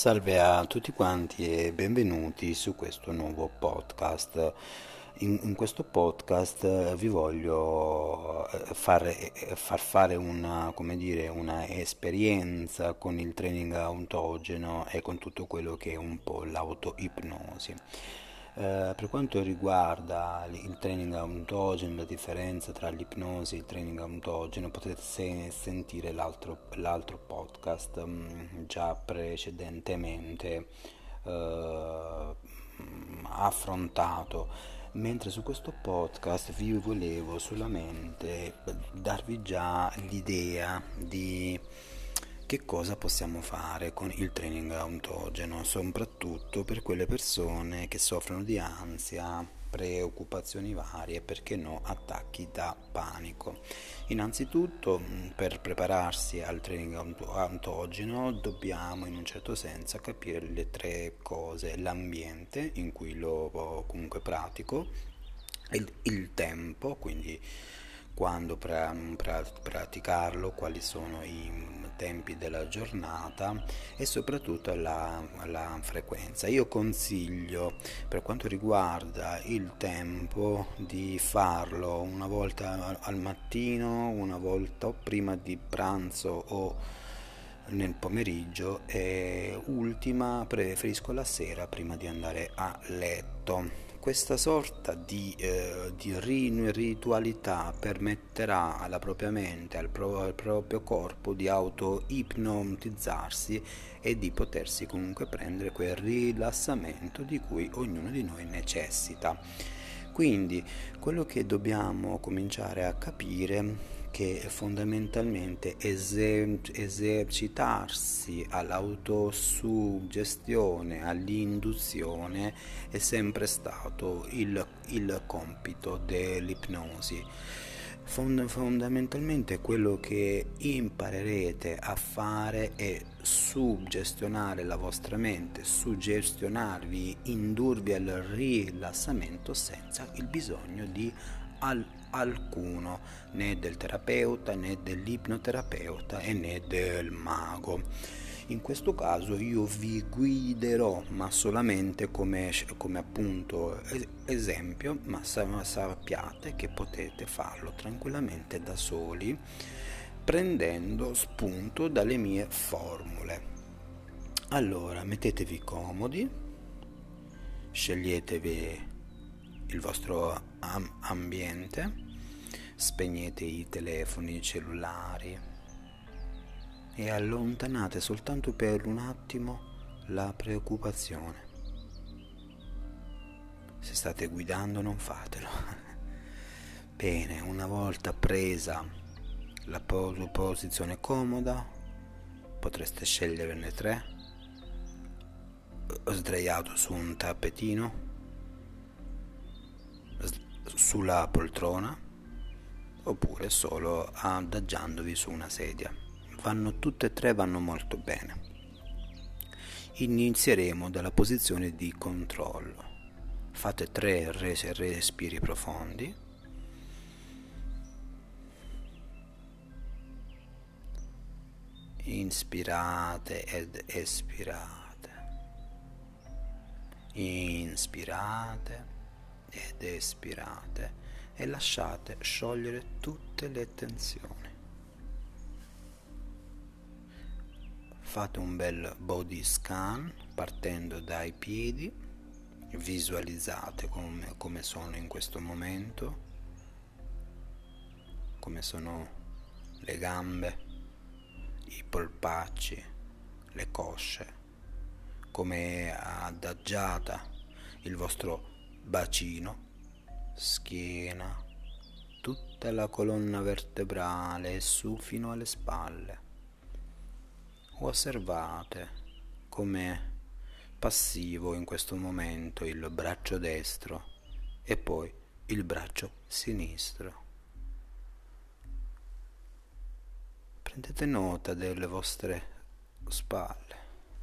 Salve a tutti quanti e benvenuti su questo nuovo podcast. In questo podcast vi voglio far fare una esperienza con il training autogeno e con tutto quello che è un po' l'autoipnosi. Per quanto riguarda il training autogeno, la differenza tra l'ipnosi e il training autogeno, potete sentire l'altro podcast già precedentemente affrontato, mentre su questo podcast vi volevo solamente darvi già l'idea di che cosa possiamo fare con il training autogeno, soprattutto per quelle persone che soffrono di ansia, preoccupazioni varie e perché no attacchi da panico. Innanzitutto, per prepararsi al training autogeno dobbiamo in un certo senso capire le tre cose: l'ambiente in cui lo comunque pratico, il tempo, quindi quando praticarlo, quali sono i tempi della giornata e soprattutto la frequenza. Io consiglio, per quanto riguarda il tempo, di farlo una volta al mattino, una volta o prima di pranzo o nel pomeriggio, e ultima preferisco la sera prima di andare a letto. Questa sorta di ritualità permetterà alla propria mente, al proprio corpo di auto-ipnotizzarsi e di potersi comunque prendere quel rilassamento di cui ognuno di noi necessita. Quindi quello che dobbiamo cominciare a capire che fondamentalmente esercitarsi all'autosuggestione, all'induzione è sempre stato il compito dell'ipnosi. Fondamentalmente quello che imparerete a fare è suggestionare la vostra mente, suggestionarvi, indurvi al rilassamento senza il bisogno di alcuno, né del terapeuta, né dell'ipnoterapeuta e né del mago. In questo caso io vi guiderò, ma solamente come appunto esempio, ma sappiate che potete farlo tranquillamente da soli, prendendo spunto dalle mie formule. Allora, mettetevi comodi, sceglietevi il vostro ambiente, spegnete i telefoni, i cellulari e allontanate soltanto per un attimo la preoccupazione. Se state guidando non fatelo. Bene, una volta presa la posizione comoda, potreste sceglierne tre: sdraiato su un tappetino, sulla poltrona, oppure solo adagiandovi su una sedia. Tutte e tre vanno molto bene. Inizieremo dalla posizione di controllo. Fate 3 respiri profondi. Inspirate ed espirate. Inspirate ed espirate e lasciate sciogliere tutte le tensioni. Fate un bel body scan partendo dai piedi, visualizzate come sono in questo momento, come sono le gambe, i polpacci, le cosce, come è adagiata il vostro bacino, schiena, tutta la colonna vertebrale su fino alle spalle. Osservate come passivo in questo momento il braccio destro e poi il braccio sinistro. Prendete nota delle vostre spalle,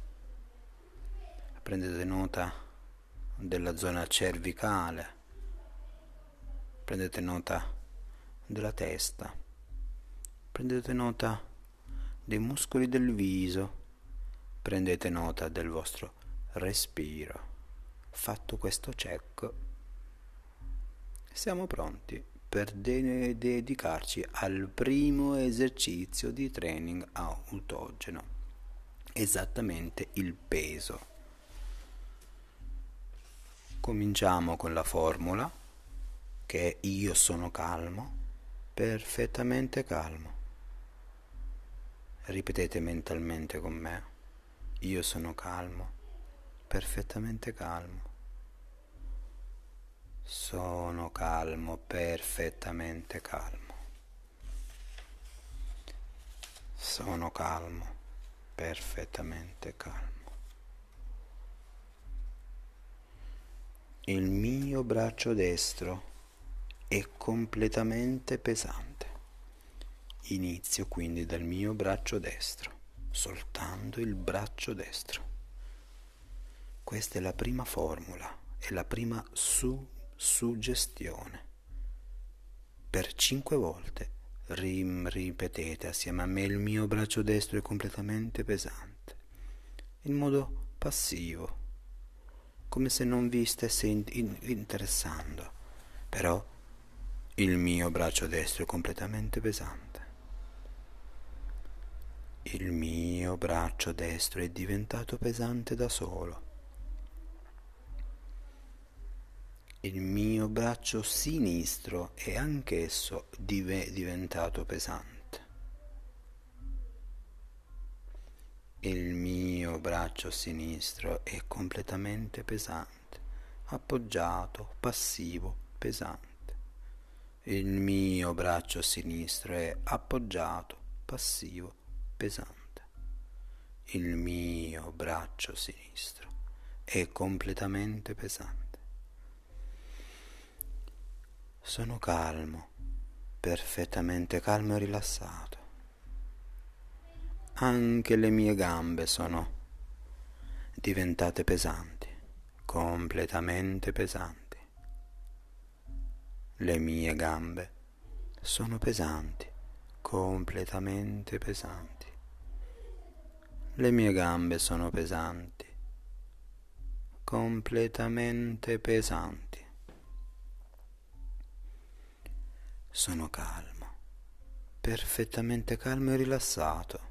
prendete nota della zona cervicale, prendete nota della testa, prendete nota dei muscoli del viso, prendete nota del vostro respiro. Fatto questo check, siamo pronti per dedicarci al primo esercizio di training autogeno, esattamente il peso. Cominciamo con la formula, che è io sono calmo, perfettamente calmo. Ripetete mentalmente con me: io sono calmo, perfettamente calmo. Sono calmo, perfettamente calmo. Sono calmo, perfettamente calmo. Il mio braccio destro è completamente pesante. Inizio quindi dal mio braccio destro, soltanto il braccio destro. Questa è la prima formula, è la prima suggestione. Per 5 volte ripetete assieme a me: il mio braccio destro è completamente pesante, in modo passivo, come se non vi stesse interessando, però il mio braccio destro è completamente pesante. Il mio braccio destro è diventato pesante da solo. Il mio braccio sinistro è anch'esso diventato pesante. Il mio braccio sinistro è completamente pesante, appoggiato, passivo, pesante. Il mio braccio sinistro è appoggiato, passivo, pesante. Il mio braccio sinistro è completamente pesante. Sono calmo, perfettamente calmo e rilassato. Anche le mie gambe sono diventate pesanti, completamente pesanti. Le mie gambe sono pesanti, completamente pesanti. Le mie gambe sono pesanti, completamente pesanti. Sono calmo, perfettamente calmo e rilassato.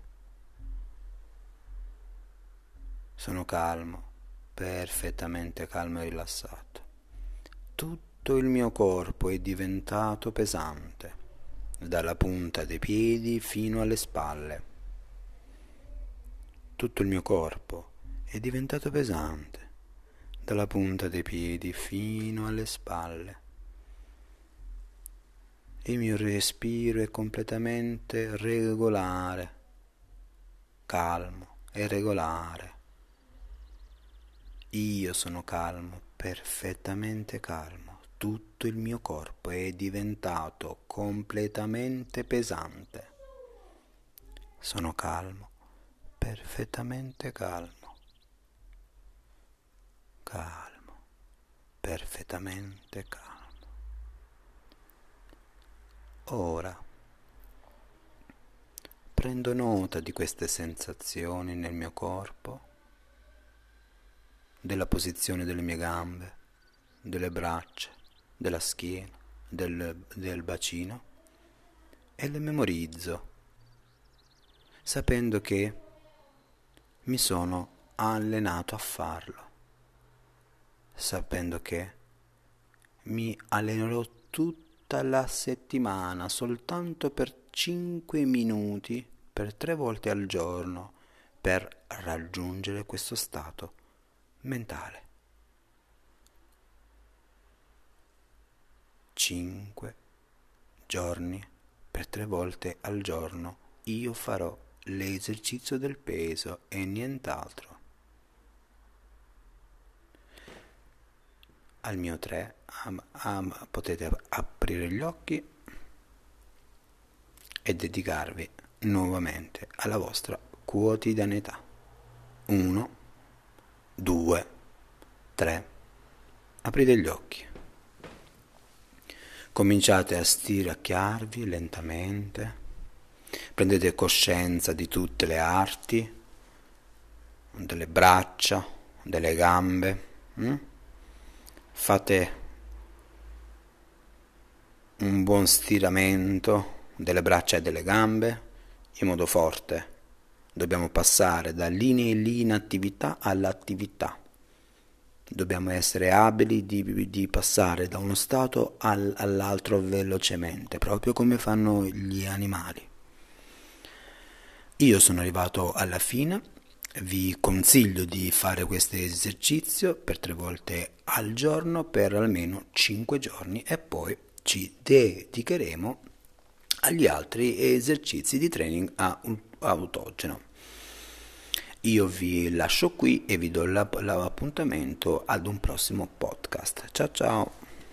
Sono calmo, perfettamente calmo e rilassato. Tutto il mio corpo è diventato pesante, dalla punta dei piedi fino alle spalle. Tutto il mio corpo è diventato pesante, dalla punta dei piedi fino alle spalle. Il mio respiro è completamente regolare, calmo e regolare. Io sono calmo, perfettamente calmo. Tutto il mio corpo è diventato completamente pesante. Sono calmo, perfettamente calmo. Calmo, perfettamente calmo. Ora prendo nota di queste sensazioni nel mio corpo, della posizione delle mie gambe, delle braccia, della schiena, del bacino, e le memorizzo, sapendo che mi sono allenato a farlo, sapendo che mi allenerò tutta la settimana soltanto per 5 minuti, per 3 volte al giorno, per raggiungere questo stato mentale. 5 giorni per 3 volte al giorno io farò l'esercizio del peso e nient'altro. Al mio 3 potete aprire gli occhi e dedicarvi nuovamente alla vostra quotidianità. 1, 2, 3. Aprite gli occhi. Cominciate a stiracchiarvi lentamente. Prendete coscienza di tutte le arti delle braccia, delle gambe. Fate un buon stiramento delle braccia e delle gambe in modo forte. Dobbiamo passare dall'inattività all'attività. Dobbiamo essere abili di passare da uno stato all'altro velocemente, proprio come fanno gli animali. Io sono arrivato alla fine, vi consiglio di fare questo esercizio per 3 volte al giorno per almeno 5 giorni e poi ci dedicheremo agli altri esercizi di training autogeno. Io vi lascio qui e vi do l'appuntamento ad un prossimo podcast. Ciao ciao!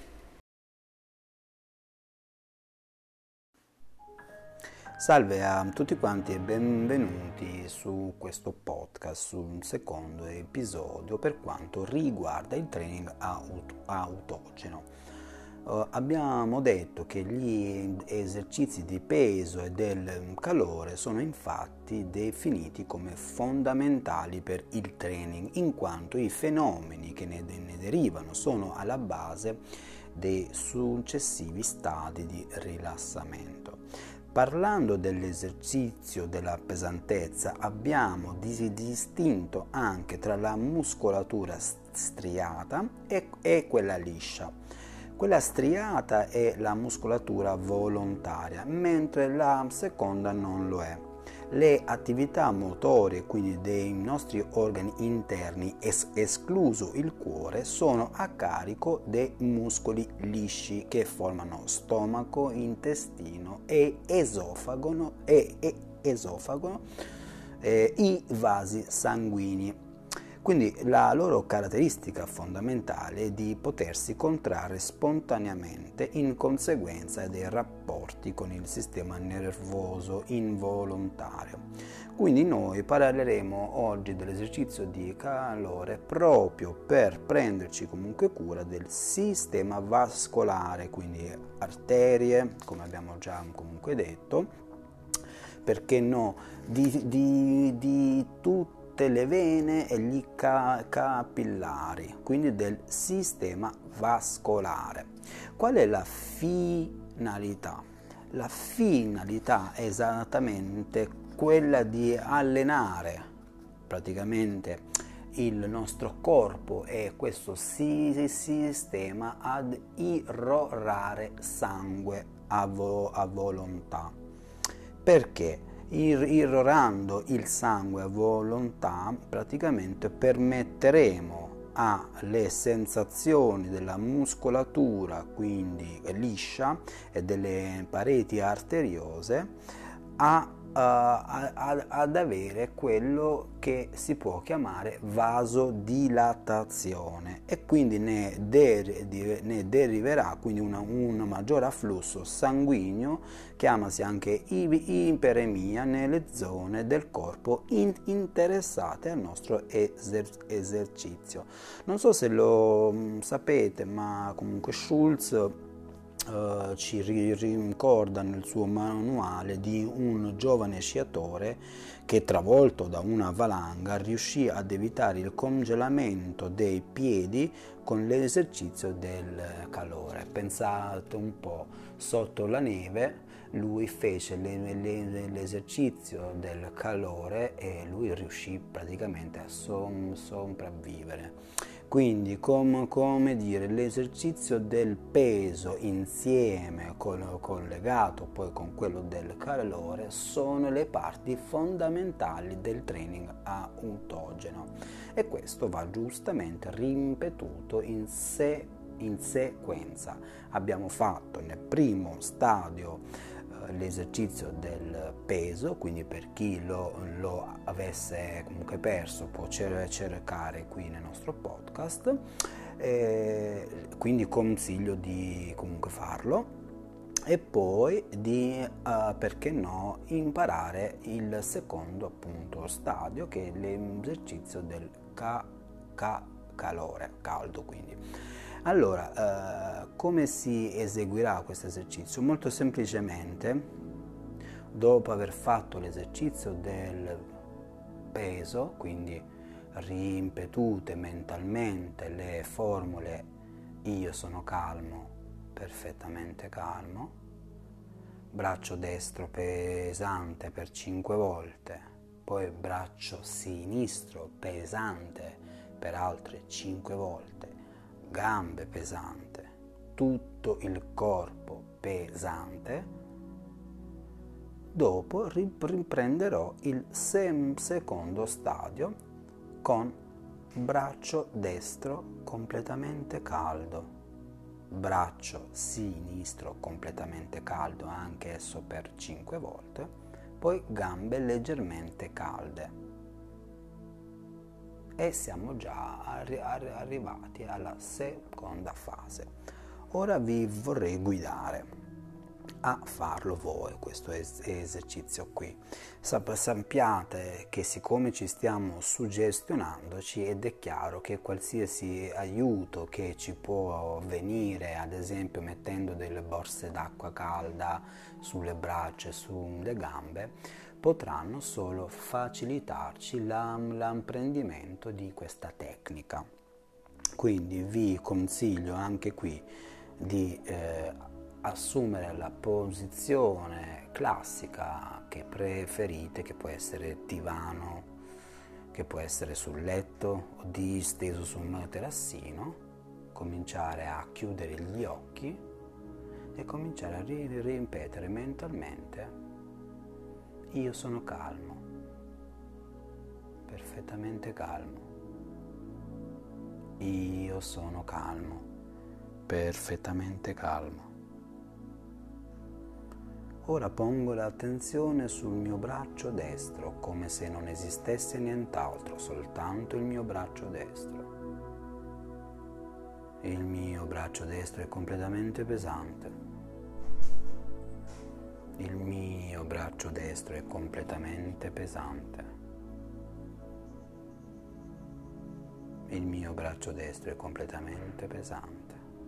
Salve a tutti quanti e benvenuti su questo podcast, sul secondo episodio per quanto riguarda il training autogeno. Abbiamo detto che gli esercizi di peso e del calore sono infatti definiti come fondamentali per il training, in quanto i fenomeni che ne derivano sono alla base dei successivi stadi di rilassamento. Parlando dell'esercizio della pesantezza, abbiamo distinto anche tra la muscolatura striata e quella liscia. Quella striata è la muscolatura volontaria, mentre la seconda non lo è. Le attività motorie, quindi dei nostri organi interni, escluso il cuore, sono a carico dei muscoli lisci che formano stomaco, intestino e esofago, i vasi sanguigni. Quindi la loro caratteristica fondamentale è di potersi contrarre spontaneamente in conseguenza dei rapporti con il sistema nervoso involontario. Quindi noi parleremo oggi dell'esercizio di calore proprio per prenderci comunque cura del sistema vascolare, quindi arterie, come abbiamo già comunque detto, perché no, di tutte le vene e gli capillari, quindi del sistema vascolare. Qual è la finalità? La finalità è esattamente quella di allenare praticamente il nostro corpo e questo sistema ad irrorare sangue a volontà. Perché? Irrorando il sangue a volontà praticamente permetteremo alle sensazioni della muscolatura, quindi liscia, e delle pareti arteriose ad avere quello che si può chiamare vasodilatazione e quindi ne deriverà quindi un maggiore afflusso sanguigno, chiamasi anche iperemia, nelle zone del corpo interessate al nostro esercizio. Non so se lo sapete, ma comunque Schulz ci ricorda nel suo manuale di un giovane sciatore che, travolto da una valanga, riuscì ad evitare il congelamento dei piedi con l'esercizio del calore. Pensate un po', sotto la neve lui fece l'esercizio del calore e lui riuscì praticamente a sopravvivere. Quindi, come dire, l'esercizio del peso insieme collegato poi con quello del calore sono le parti fondamentali del training autogeno e questo va giustamente ripetuto in sequenza. Abbiamo fatto nel primo stadio l'esercizio del peso, quindi per chi lo avesse comunque perso può cercare qui nel nostro podcast, quindi consiglio di comunque farlo e poi di perché no imparare il secondo appunto stadio, che è l'esercizio del calore, caldo quindi. Allora, come si eseguirà questo esercizio? Molto semplicemente, dopo aver fatto l'esercizio del peso, quindi ripetute mentalmente le formule io sono calmo, perfettamente calmo, braccio destro pesante per 5 volte, poi braccio sinistro pesante per altre 5 volte, gambe pesante, tutto il corpo pesante. Dopo riprenderò il secondo stadio con braccio destro completamente caldo, braccio sinistro completamente caldo, anche esso per 5 volte, poi gambe leggermente calde. E siamo già arrivati alla seconda fase. Ora vi vorrei guidare a farlo voi questo esercizio qui. Sappiate che siccome ci stiamo suggestionandoci, ed è chiaro che qualsiasi aiuto che ci può venire, ad esempio mettendo delle borse d'acqua calda sulle braccia e sulle gambe, potranno solo facilitarci l'apprendimento di questa tecnica. Quindi vi consiglio anche qui di assumere la posizione classica che preferite, che può essere divano, che può essere sul letto o disteso su un materassino, cominciare a chiudere gli occhi e cominciare a ripetere mentalmente: io sono calmo, perfettamente calmo, io sono calmo, perfettamente calmo. Ora pongo l'attenzione sul mio braccio destro, come se non esistesse nient'altro, soltanto il mio braccio destro. Il mio braccio destro è completamente pesante. Il mio braccio destro è completamente pesante. Il mio braccio destro è completamente pesante.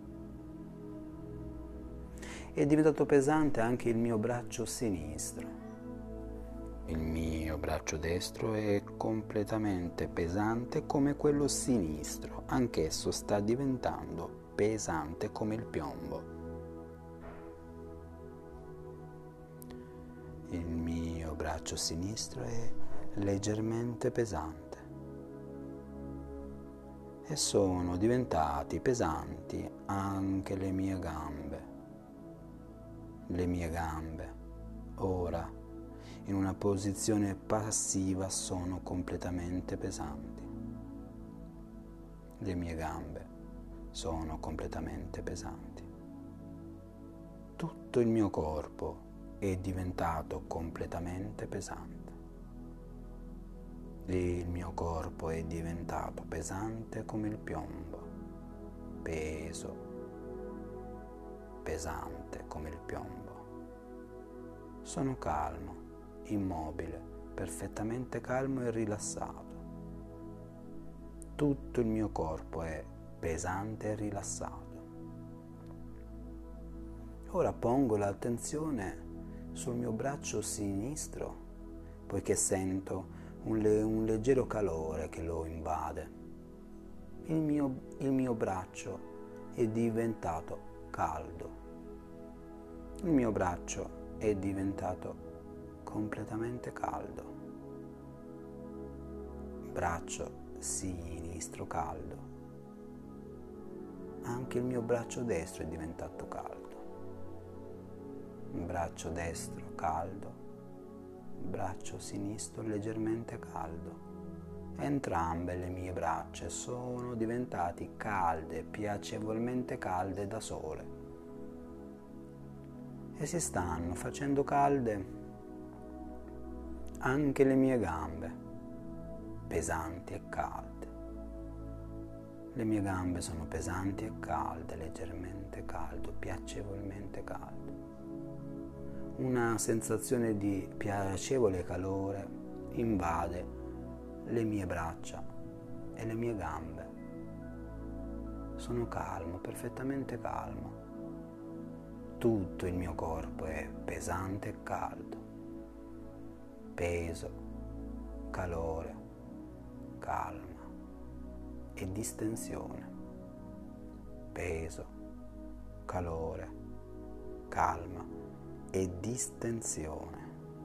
È diventato pesante anche il mio braccio sinistro. Il mio braccio destro è completamente pesante come quello sinistro, anch'esso sta diventando pesante come il piombo. Il mio braccio sinistro è leggermente pesante e sono diventati pesanti anche le mie gambe. Le mie gambe, ora, in una posizione passiva, sono completamente pesanti. Le mie gambe sono completamente pesanti. Tutto il mio corpo è diventato completamente pesante. Il mio corpo è diventato pesante come il piombo, peso, pesante come il piombo. Sono calmo, immobile, perfettamente calmo e rilassato. Tutto il mio corpo è pesante e rilassato. Ora pongo l'attenzione sul mio braccio sinistro, poiché sento un leggero calore che lo invade. Il mio braccio è diventato caldo. Il mio braccio è diventato completamente caldo. Braccio sinistro caldo. Anche il mio braccio destro è diventato caldo. Braccio destro caldo. Braccio sinistro leggermente caldo. Entrambe le mie braccia sono diventate calde, piacevolmente calde da sole. E si stanno facendo calde anche le mie gambe, pesanti e calde. Le mie gambe sono pesanti e calde, leggermente caldo, piacevolmente caldo. Una sensazione di piacevole calore invade le mie braccia e le mie gambe. Sono calmo, perfettamente calmo. Tutto il mio corpo è pesante e caldo. Peso, calore, calma. e distensione. Peso, calore, calma e distensione.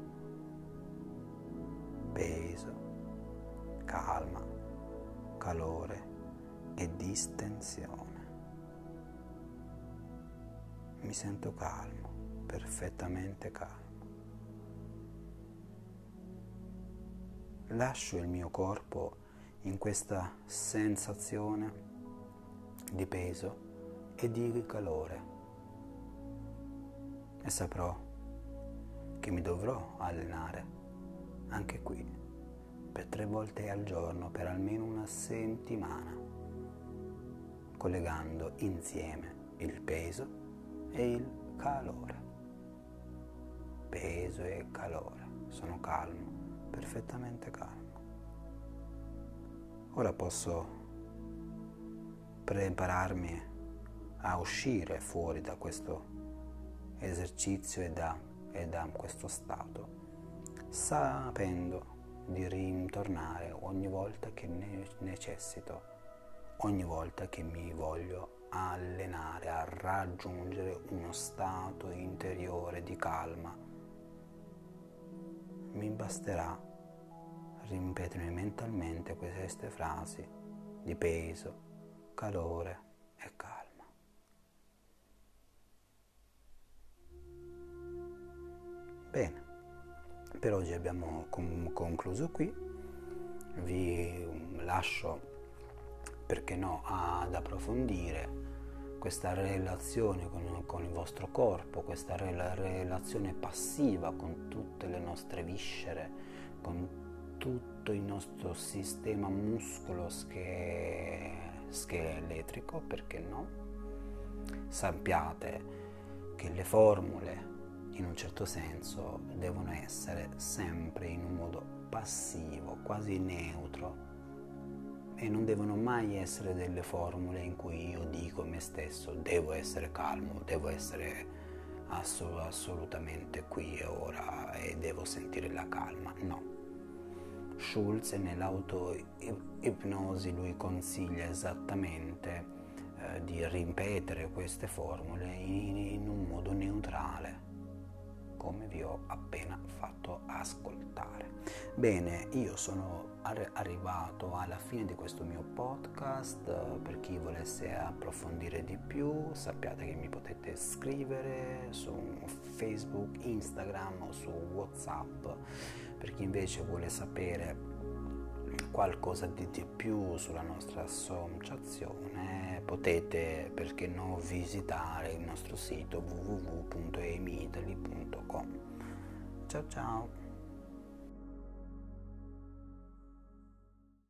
Peso, calma, calore e distensione. Mi sento calmo, perfettamente calmo. Lascio il mio corpo in questa sensazione di peso e di calore e saprò che mi dovrò allenare anche qui per 3 volte al giorno per almeno una settimana, collegando insieme il peso e il calore. Peso e calore. Sono calmo, perfettamente calmo. Ora posso prepararmi a uscire fuori da questo esercizio e da questo stato, sapendo di ritornare ogni volta che ne necessito, ogni volta che mi voglio allenare a raggiungere uno stato interiore di calma. Mi basterà ripetere mentalmente queste frasi di peso, calore e calma. Bene, per oggi abbiamo concluso qui. Vi lascio, perché no, ad approfondire questa relazione con il vostro corpo, questa relazione passiva con tutte le nostre viscere, con tutto il nostro sistema muscolo-scheletrico, perché no? Sappiate che le formule, in un certo senso, devono essere sempre in un modo passivo, quasi neutro, e non devono mai essere delle formule in cui io dico a me stesso devo essere calmo, devo essere assolutamente qui e ora e devo sentire la calma. No. Schultz nell'auto-ipnosi lui consiglia esattamente di ripetere queste formule in un modo neutrale, come vi ho appena fatto ascoltare. Bene, io sono arrivato alla fine di questo mio podcast. Per chi volesse approfondire di più, sappiate che mi potete scrivere su Facebook, Instagram o su WhatsApp. Per chi invece vuole sapere qualcosa di più sulla nostra associazione, potete, perché no, visitare il nostro sito www.aimitaly.com. Ciao ciao!